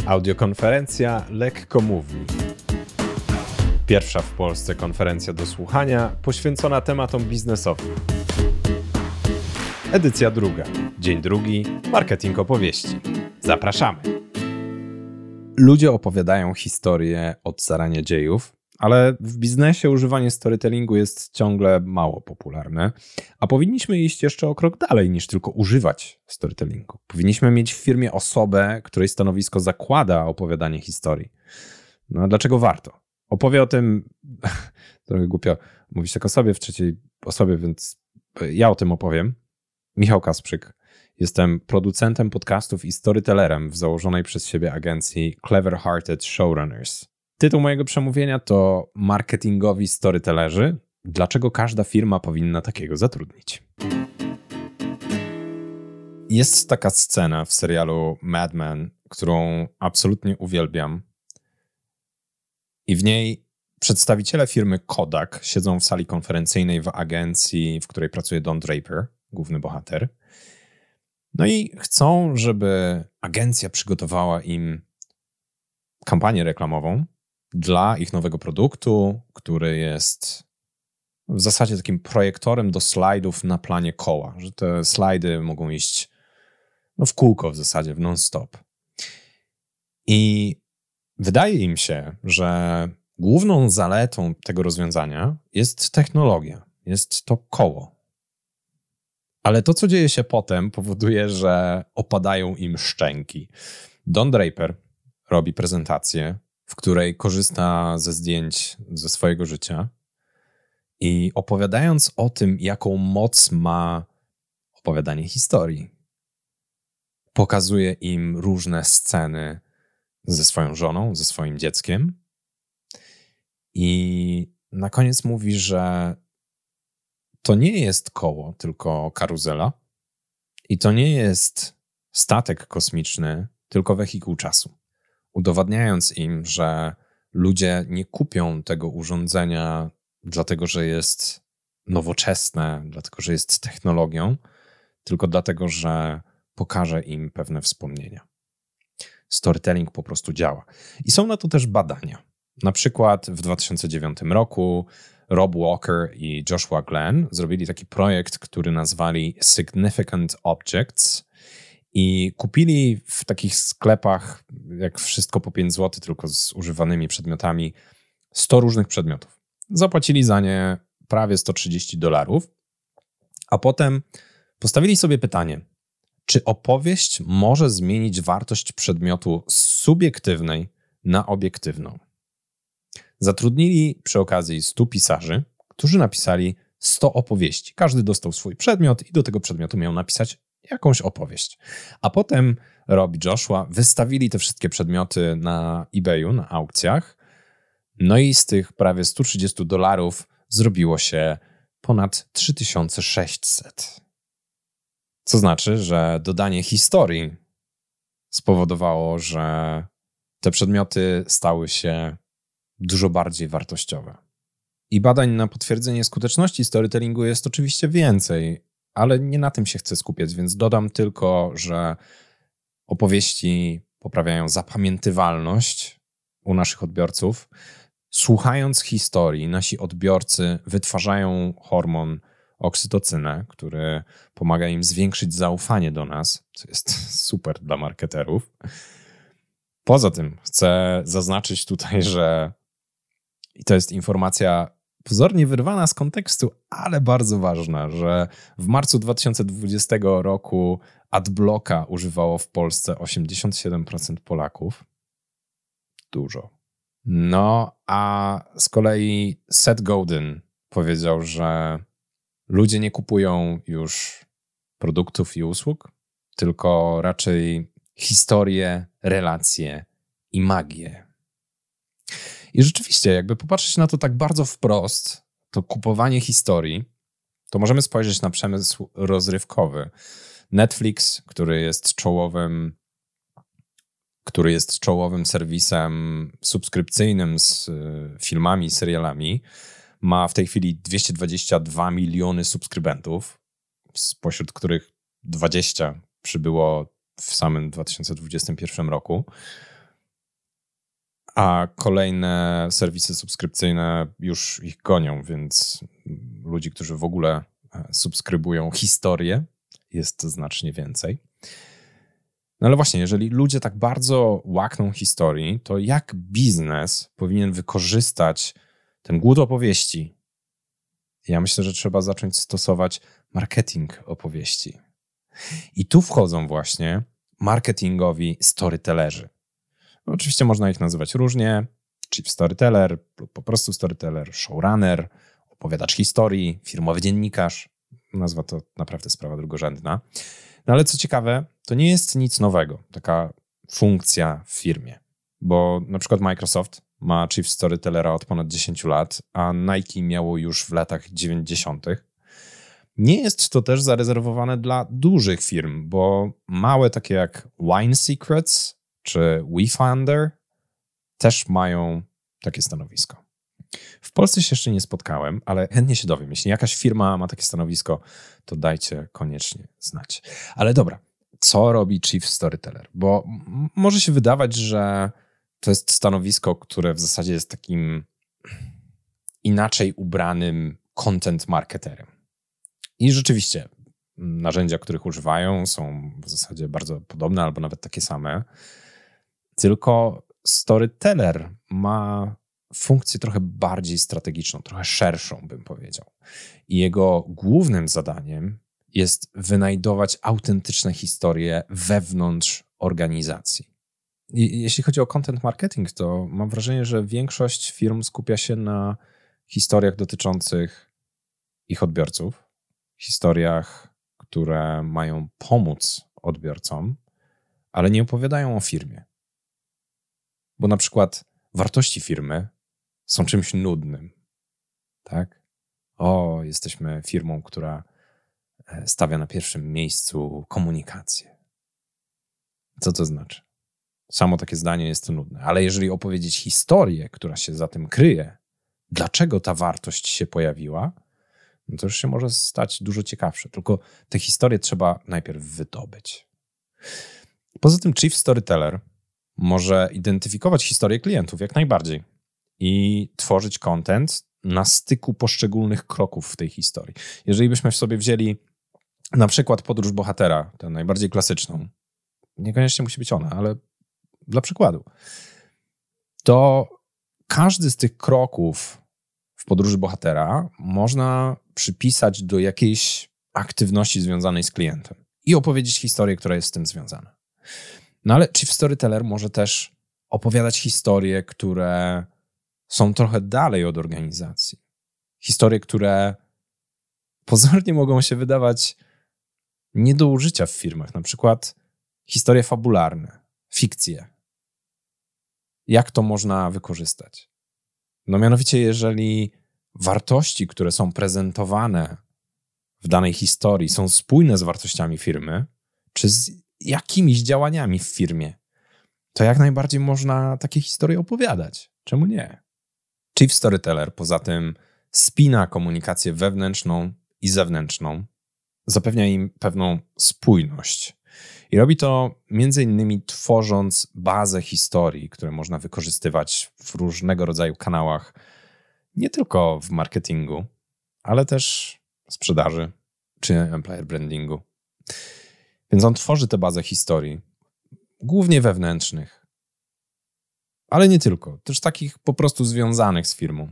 Audiokonferencja Lekko Mówi. Pierwsza w Polsce konferencja do słuchania poświęcona tematom biznesowym. Edycja druga. Dzień drugi. Marketing opowieści. Zapraszamy. Ludzie opowiadają historie od zarania dziejów, ale w biznesie używanie storytellingu jest ciągle mało popularne, a powinniśmy iść jeszcze o krok dalej niż tylko używać storytellingu. Powinniśmy mieć w firmie osobę, której stanowisko zakłada opowiadanie historii. No a dlaczego warto? Opowie o tym, trochę głupio mówić tak o sobie w trzeciej osobie, więc ja o tym opowiem. Michał Kasprzyk. Jestem producentem podcastów i storytellerem w założonej przez siebie agencji Clever Hearted Showrunners. Tytuł mojego przemówienia to Marketingowi storytellerzy. Dlaczego każda firma powinna takiego zatrudnić? Jest taka scena w serialu Mad Men, którą absolutnie uwielbiam. I w niej przedstawiciele firmy Kodak siedzą w sali konferencyjnej w agencji, w której pracuje Don Draper, główny bohater. No i chcą, żeby agencja przygotowała im kampanię reklamową dla ich nowego produktu, który jest w zasadzie takim projektorem do slajdów na planie koła, że te slajdy mogą iść w kółko w zasadzie, w non-stop. I wydaje im się, że główną zaletą tego rozwiązania jest technologia, jest to koło. Ale to, co dzieje się potem, powoduje, że opadają im szczęki. Don Draper robi prezentację, w której korzysta ze zdjęć ze swojego życia i opowiadając o tym, jaką moc ma opowiadanie historii, pokazuje im różne sceny ze swoją żoną, ze swoim dzieckiem i na koniec mówi, że to nie jest koło, tylko karuzela i to nie jest statek kosmiczny, tylko wehikuł czasu. Udowadniając im, że ludzie nie kupią tego urządzenia dlatego, że jest nowoczesne, dlatego, że jest technologią, tylko dlatego, że pokaże im pewne wspomnienia. Storytelling po prostu działa. I są na to też badania. Na przykład w 2009 roku Rob Walker i Joshua Glenn zrobili taki projekt, który nazwali Significant Objects i kupili w takich sklepach, jak wszystko po 5 zł, tylko z używanymi przedmiotami, 100 różnych przedmiotów. Zapłacili za nie prawie $130, a potem postawili sobie pytanie, czy opowieść może zmienić wartość przedmiotu z subiektywnej na obiektywną. Zatrudnili przy okazji 100 pisarzy, którzy napisali 100 opowieści. Każdy dostał swój przedmiot i do tego przedmiotu miał napisać jakąś opowieść. A potem Rob i Joshua wystawili te wszystkie przedmioty na eBayu, na aukcjach. No i z tych prawie $130 zrobiło się ponad 3600. Co znaczy, że dodanie historii spowodowało, że te przedmioty stały się dużo bardziej wartościowe. I badań na potwierdzenie skuteczności storytellingu jest oczywiście więcej, ale nie na tym się chcę skupiać, więc dodam tylko, że opowieści poprawiają zapamiętywalność u naszych odbiorców. Słuchając historii, nasi odbiorcy wytwarzają hormon oksytocynę, który pomaga im zwiększyć zaufanie do nas, co jest super dla marketerów. Poza tym chcę zaznaczyć tutaj, że i to jest informacja pozornie wyrwana z kontekstu, ale bardzo ważna, że w marcu 2020 roku AdBlocka używało w Polsce 87% Polaków. Dużo. No, a z kolei Seth Godin powiedział, że ludzie nie kupują już produktów i usług, tylko raczej historie, relacje i magię. I rzeczywiście, jakby popatrzeć na to tak bardzo wprost, to kupowanie historii, to możemy spojrzeć na przemysł rozrywkowy. Netflix, który jest czołowym serwisem subskrypcyjnym z filmami i serialami, ma w tej chwili 222 miliony subskrybentów, spośród których 20 przybyło w samym 2021 roku. A kolejne serwisy subskrypcyjne już ich gonią, więc ludzi, którzy w ogóle subskrybują historię, jest znacznie więcej. No ale właśnie, jeżeli ludzie tak bardzo łakną historii, to jak biznes powinien wykorzystać ten głód opowieści? Ja myślę, że trzeba zacząć stosować marketing opowieści. I tu wchodzą właśnie marketingowi storytellerzy. No, oczywiście można ich nazywać różnie, chief storyteller lub po prostu storyteller, showrunner, opowiadacz historii, firmowy dziennikarz. Nazwa to naprawdę sprawa drugorzędna. No ale co ciekawe, to nie jest nic nowego, taka funkcja w firmie, bo na przykład Microsoft ma chief storytellera od ponad 10 lat, a Nike miało już w latach 90. Nie jest to też zarezerwowane dla dużych firm, bo małe takie jak Wine Secrets czy WeFounder też mają takie stanowisko. W Polsce się jeszcze nie spotkałem, ale chętnie się dowiem. Jeśli jakaś firma ma takie stanowisko, to dajcie koniecznie znać. Ale dobra, co robi Chief Storyteller? Bo może się wydawać, że to jest stanowisko, które w zasadzie jest takim inaczej ubranym content marketerem. I rzeczywiście narzędzia, których używają, są w zasadzie bardzo podobne albo nawet takie same. Tylko storyteller ma funkcję trochę bardziej strategiczną, trochę szerszą, bym powiedział. I jego głównym zadaniem jest wynajdować autentyczne historie wewnątrz organizacji. I jeśli chodzi o content marketing, to mam wrażenie, że większość firm skupia się na historiach dotyczących ich odbiorców, historiach, które mają pomóc odbiorcom, ale nie opowiadają o firmie. Bo na przykład wartości firmy są czymś nudnym, tak? Jesteśmy firmą, która stawia na pierwszym miejscu komunikację. Co to znaczy? Samo takie zdanie jest nudne, ale jeżeli opowiedzieć historię, która się za tym kryje, dlaczego ta wartość się pojawiła, no to już się może stać dużo ciekawsze. Tylko tę historię trzeba najpierw wydobyć. Poza tym Chief Storyteller może identyfikować historię klientów jak najbardziej i tworzyć content na styku poszczególnych kroków w tej historii. Jeżeli byśmy sobie wzięli na przykład podróż bohatera, tę najbardziej klasyczną, niekoniecznie musi być ona, ale dla przykładu, to każdy z tych kroków w podróży bohatera można przypisać do jakiejś aktywności związanej z klientem i opowiedzieć historię, która jest z tym związana. No ale Chief Storyteller może też opowiadać historie, które są trochę dalej od organizacji. Historie, które pozornie mogą się wydawać nie do użycia w firmach. Na przykład historie fabularne, fikcje. Jak to można wykorzystać? No mianowicie, jeżeli wartości, które są prezentowane w danej historii są spójne z wartościami firmy, czy z jakimiś działaniami w firmie, to jak najbardziej można takie historie opowiadać. Czemu nie? Chief Storyteller poza tym spina komunikację wewnętrzną i zewnętrzną, zapewnia im pewną spójność. I robi to między innymi tworząc bazę historii, które można wykorzystywać w różnego rodzaju kanałach, nie tylko w marketingu, ale też w sprzedaży czy employer brandingu. Więc on tworzy tę bazę historii, głównie wewnętrznych, ale nie tylko, też takich po prostu związanych z firmą.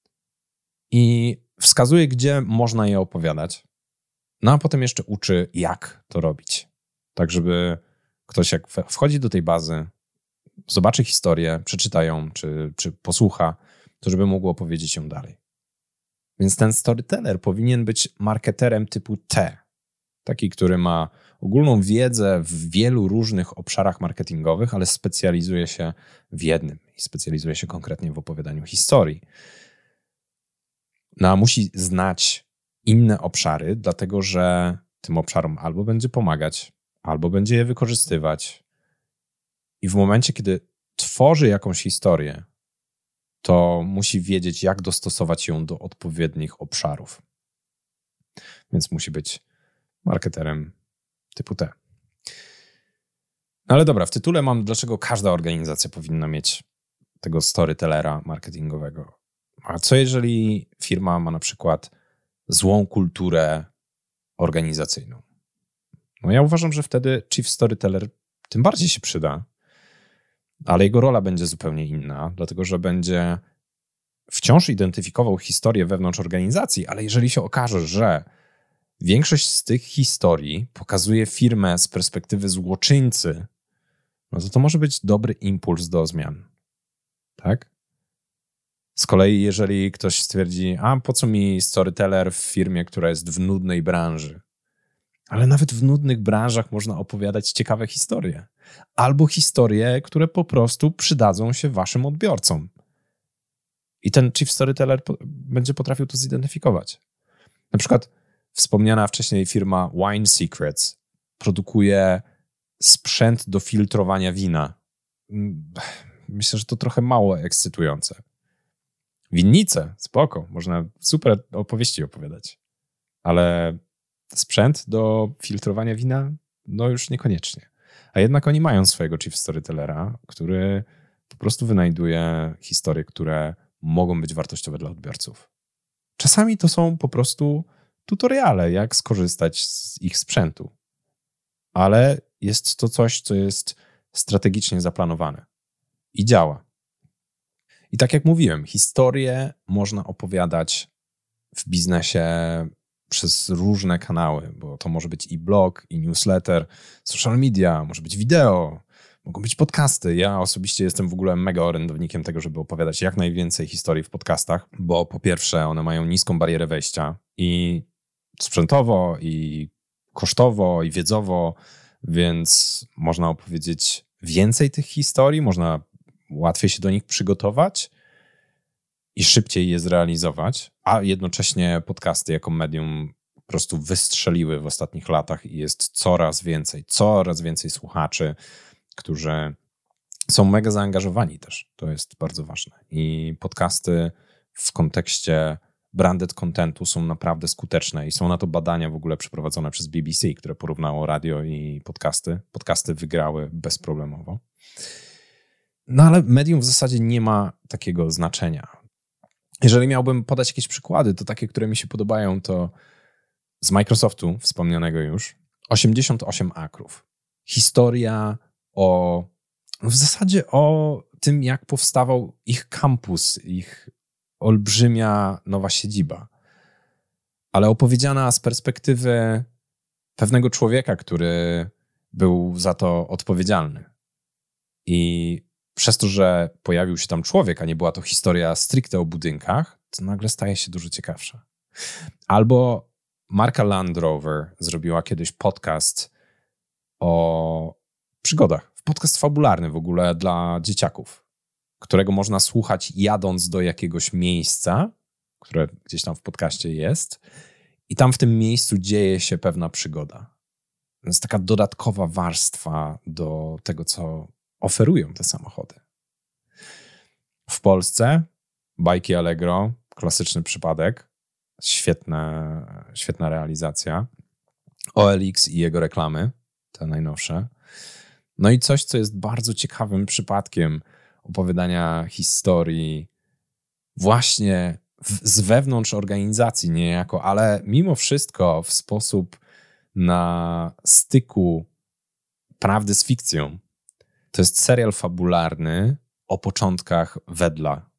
I wskazuje, gdzie można je opowiadać, no a potem jeszcze uczy, jak to robić. Tak, żeby ktoś jak wchodzi do tej bazy, zobaczy historię, przeczyta ją, czy posłucha, to żeby mógł opowiedzieć ją dalej. Więc ten storyteller powinien być marketerem typu T. Taki, który ma ogólną wiedzę w wielu różnych obszarach marketingowych, ale specjalizuje się w jednym i specjalizuje się konkretnie w opowiadaniu historii. No a musi znać inne obszary, dlatego że tym obszarom albo będzie pomagać, albo będzie je wykorzystywać. I w momencie, kiedy tworzy jakąś historię, to musi wiedzieć, jak dostosować ją do odpowiednich obszarów. Więc musi być marketerem typu T. No ale dobra, w tytule mam, dlaczego każda organizacja powinna mieć tego storytellera marketingowego. A co jeżeli firma ma na przykład złą kulturę organizacyjną? No ja uważam, że wtedy chief storyteller tym bardziej się przyda, ale jego rola będzie zupełnie inna, dlatego że będzie wciąż identyfikował historię wewnątrz organizacji, ale jeżeli się okaże, że większość z tych historii pokazuje firmę z perspektywy złoczyńcy, no to może być dobry impuls do zmian. Tak? Z kolei jeżeli ktoś stwierdzi, a po co mi storyteller w firmie, która jest w nudnej branży? Ale nawet w nudnych branżach można opowiadać ciekawe historie. Albo historie, które po prostu przydadzą się waszym odbiorcom. I ten chief storyteller będzie potrafił to zidentyfikować. Na przykład wspomniana wcześniej firma Wine Secrets produkuje sprzęt do filtrowania wina. Myślę, że to trochę mało ekscytujące. Winnice, spoko, można super opowieści opowiadać. Ale sprzęt do filtrowania wina? No już niekoniecznie. A jednak oni mają swojego chief storytellera, który po prostu wynajduje historie, które mogą być wartościowe dla odbiorców. Czasami to są po prostu tutoriale, jak skorzystać z ich sprzętu. Ale jest to coś, co jest strategicznie zaplanowane i działa. I tak jak mówiłem, historie można opowiadać w biznesie przez różne kanały, bo to może być i blog, i newsletter, social media, może być wideo, mogą być podcasty. Ja osobiście jestem w ogóle mega orędownikiem tego, żeby opowiadać jak najwięcej historii w podcastach, bo po pierwsze one mają niską barierę wejścia i sprzętowo, i kosztowo, i wiedzowo, więc można opowiedzieć więcej tych historii, można łatwiej się do nich przygotować i szybciej je zrealizować, a jednocześnie podcasty jako medium po prostu wystrzeliły w ostatnich latach i jest coraz więcej słuchaczy, którzy są mega zaangażowani też. To jest bardzo ważne. I podcasty w kontekście branded contentu są naprawdę skuteczne i są na to badania w ogóle przeprowadzone przez BBC, które porównało radio i podcasty. Podcasty wygrały bezproblemowo. No ale medium w zasadzie nie ma takiego znaczenia. Jeżeli miałbym podać jakieś przykłady, to takie, które mi się podobają, to z Microsoftu, wspomnianego już, 88 akrów. Historia w zasadzie o tym, jak powstawał ich kampus, ich olbrzymia nowa siedziba. Ale opowiedziana z perspektywy pewnego człowieka, który był za to odpowiedzialny. I przez to, że pojawił się tam człowiek, a nie była to historia stricte o budynkach, to nagle staje się dużo ciekawsza. Albo marka Land Rover zrobiła kiedyś podcast o przygodach. Podcast fabularny w ogóle dla dzieciaków, którego można słuchać jadąc do jakiegoś miejsca, które gdzieś tam w podcaście jest i tam w tym miejscu dzieje się pewna przygoda. To jest taka dodatkowa warstwa do tego, co oferują te samochody. W Polsce Bajki Allegro, klasyczny przypadek, świetna realizacja. OLX i jego reklamy, te najnowsze. No i coś, co jest bardzo ciekawym przypadkiem opowiadania historii właśnie z wewnątrz organizacji niejako, ale mimo wszystko w sposób na styku prawdy z fikcją. To jest serial fabularny o początkach Wedla.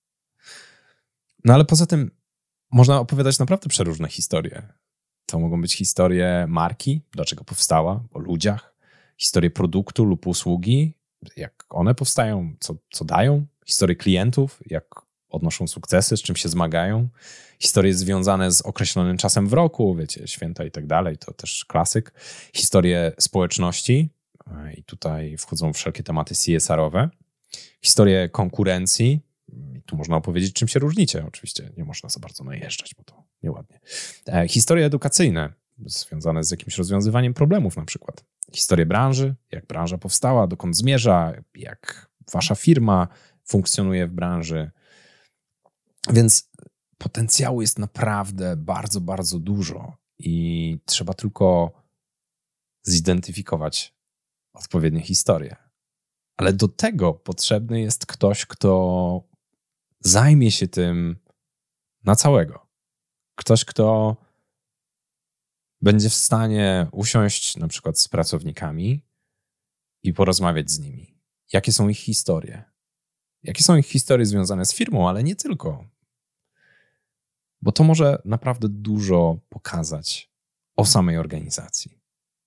No ale poza tym można opowiadać naprawdę przeróżne historie. To mogą być historie marki, dlaczego powstała, o ludziach, historie produktu lub usługi, jak one powstają, co dają, historie klientów, jak odnoszą sukcesy, z czym się zmagają, historie związane z określonym czasem w roku, wiecie, święta i tak dalej, to też klasyk, historie społeczności i tutaj wchodzą wszelkie tematy CSR-owe, historie konkurencji, i tu można opowiedzieć, czym się różnicie, oczywiście nie można za bardzo najeżdżać, bo to nieładnie. Historie edukacyjne, związane z jakimś rozwiązywaniem problemów na przykład. Historie branży, jak branża powstała, dokąd zmierza, jak wasza firma funkcjonuje w branży. Więc potencjału jest naprawdę bardzo, bardzo dużo i trzeba tylko zidentyfikować odpowiednie historie. Ale do tego potrzebny jest ktoś, kto zajmie się tym na całego. Ktoś, kto będzie w stanie usiąść na przykład z pracownikami i porozmawiać z nimi. Jakie są ich historie? Jakie są ich historie związane z firmą, ale nie tylko. Bo to może naprawdę dużo pokazać o samej organizacji.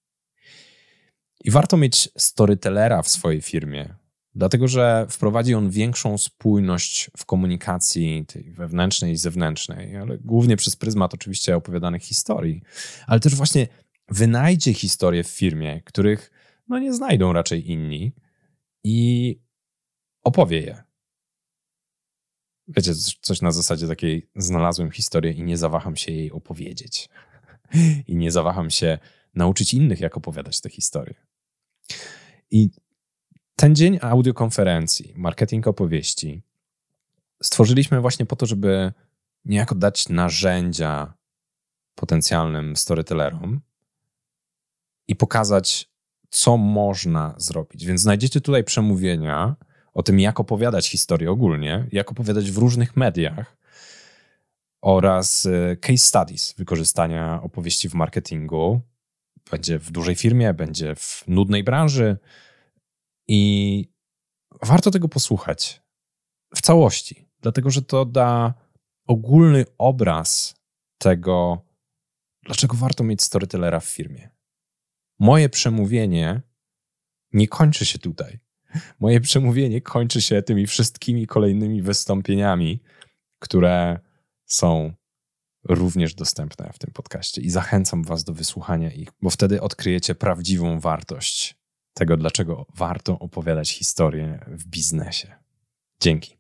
I warto mieć storytellera w swojej firmie, dlatego że wprowadzi on większą spójność w komunikacji tej wewnętrznej i zewnętrznej, ale głównie przez pryzmat oczywiście opowiadanych historii. Ale też właśnie wynajdzie historie w firmie, których nie znajdą raczej inni i opowie je. Wiecie, coś na zasadzie takiej: znalazłem historię i nie zawaham się jej opowiedzieć. I nie zawaham się nauczyć innych, jak opowiadać te historie. I ten dzień audiokonferencji, marketing opowieści, stworzyliśmy właśnie po to, żeby niejako dać narzędzia potencjalnym storytellerom i pokazać, co można zrobić. Więc znajdziecie tutaj przemówienia o tym, jak opowiadać historię ogólnie, jak opowiadać w różnych mediach oraz case studies wykorzystania opowieści w marketingu. Będzie w dużej firmie, będzie w nudnej branży i warto tego posłuchać w całości, dlatego że to da ogólny obraz tego, dlaczego warto mieć storytellera w firmie. Moje przemówienie nie kończy się tutaj. Moje przemówienie kończy się tymi wszystkimi kolejnymi wystąpieniami, które są również dostępne w tym podcaście i zachęcam was do wysłuchania ich, bo wtedy odkryjecie prawdziwą wartość tego, dlaczego warto opowiadać historię w biznesie. Dzięki.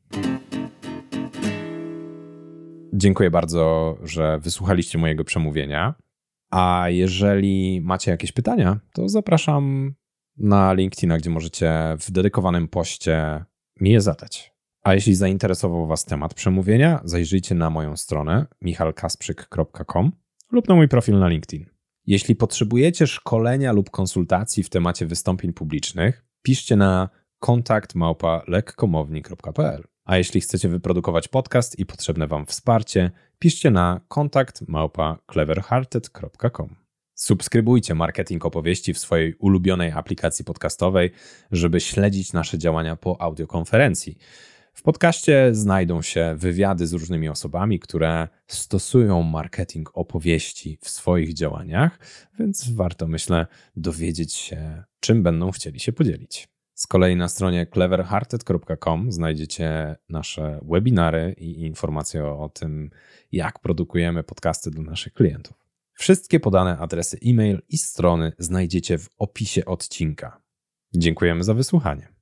Dziękuję bardzo, że wysłuchaliście mojego przemówienia, a jeżeli macie jakieś pytania, to zapraszam na LinkedIna, gdzie możecie w dedykowanym poście mi je zadać. A jeśli zainteresował was temat przemówienia, zajrzyjcie na moją stronę michalkasprzyk.com lub na mój profil na LinkedIn. Jeśli potrzebujecie szkolenia lub konsultacji w temacie wystąpień publicznych, piszcie na kontakt@lekkomowni.pl. A jeśli chcecie wyprodukować podcast i potrzebne wam wsparcie, piszcie na kontakt@cleverhearted.com. Subskrybujcie Marketing Opowieści w swojej ulubionej aplikacji podcastowej, żeby śledzić nasze działania po audiokonferencji. W podcaście znajdą się wywiady z różnymi osobami, które stosują marketing opowieści w swoich działaniach, więc warto, myślę, dowiedzieć się, czym będą chcieli się podzielić. Z kolei na stronie cleverhearted.com znajdziecie nasze webinary i informacje o tym, jak produkujemy podcasty dla naszych klientów. Wszystkie podane adresy e-mail i strony znajdziecie w opisie odcinka. Dziękujemy za wysłuchanie.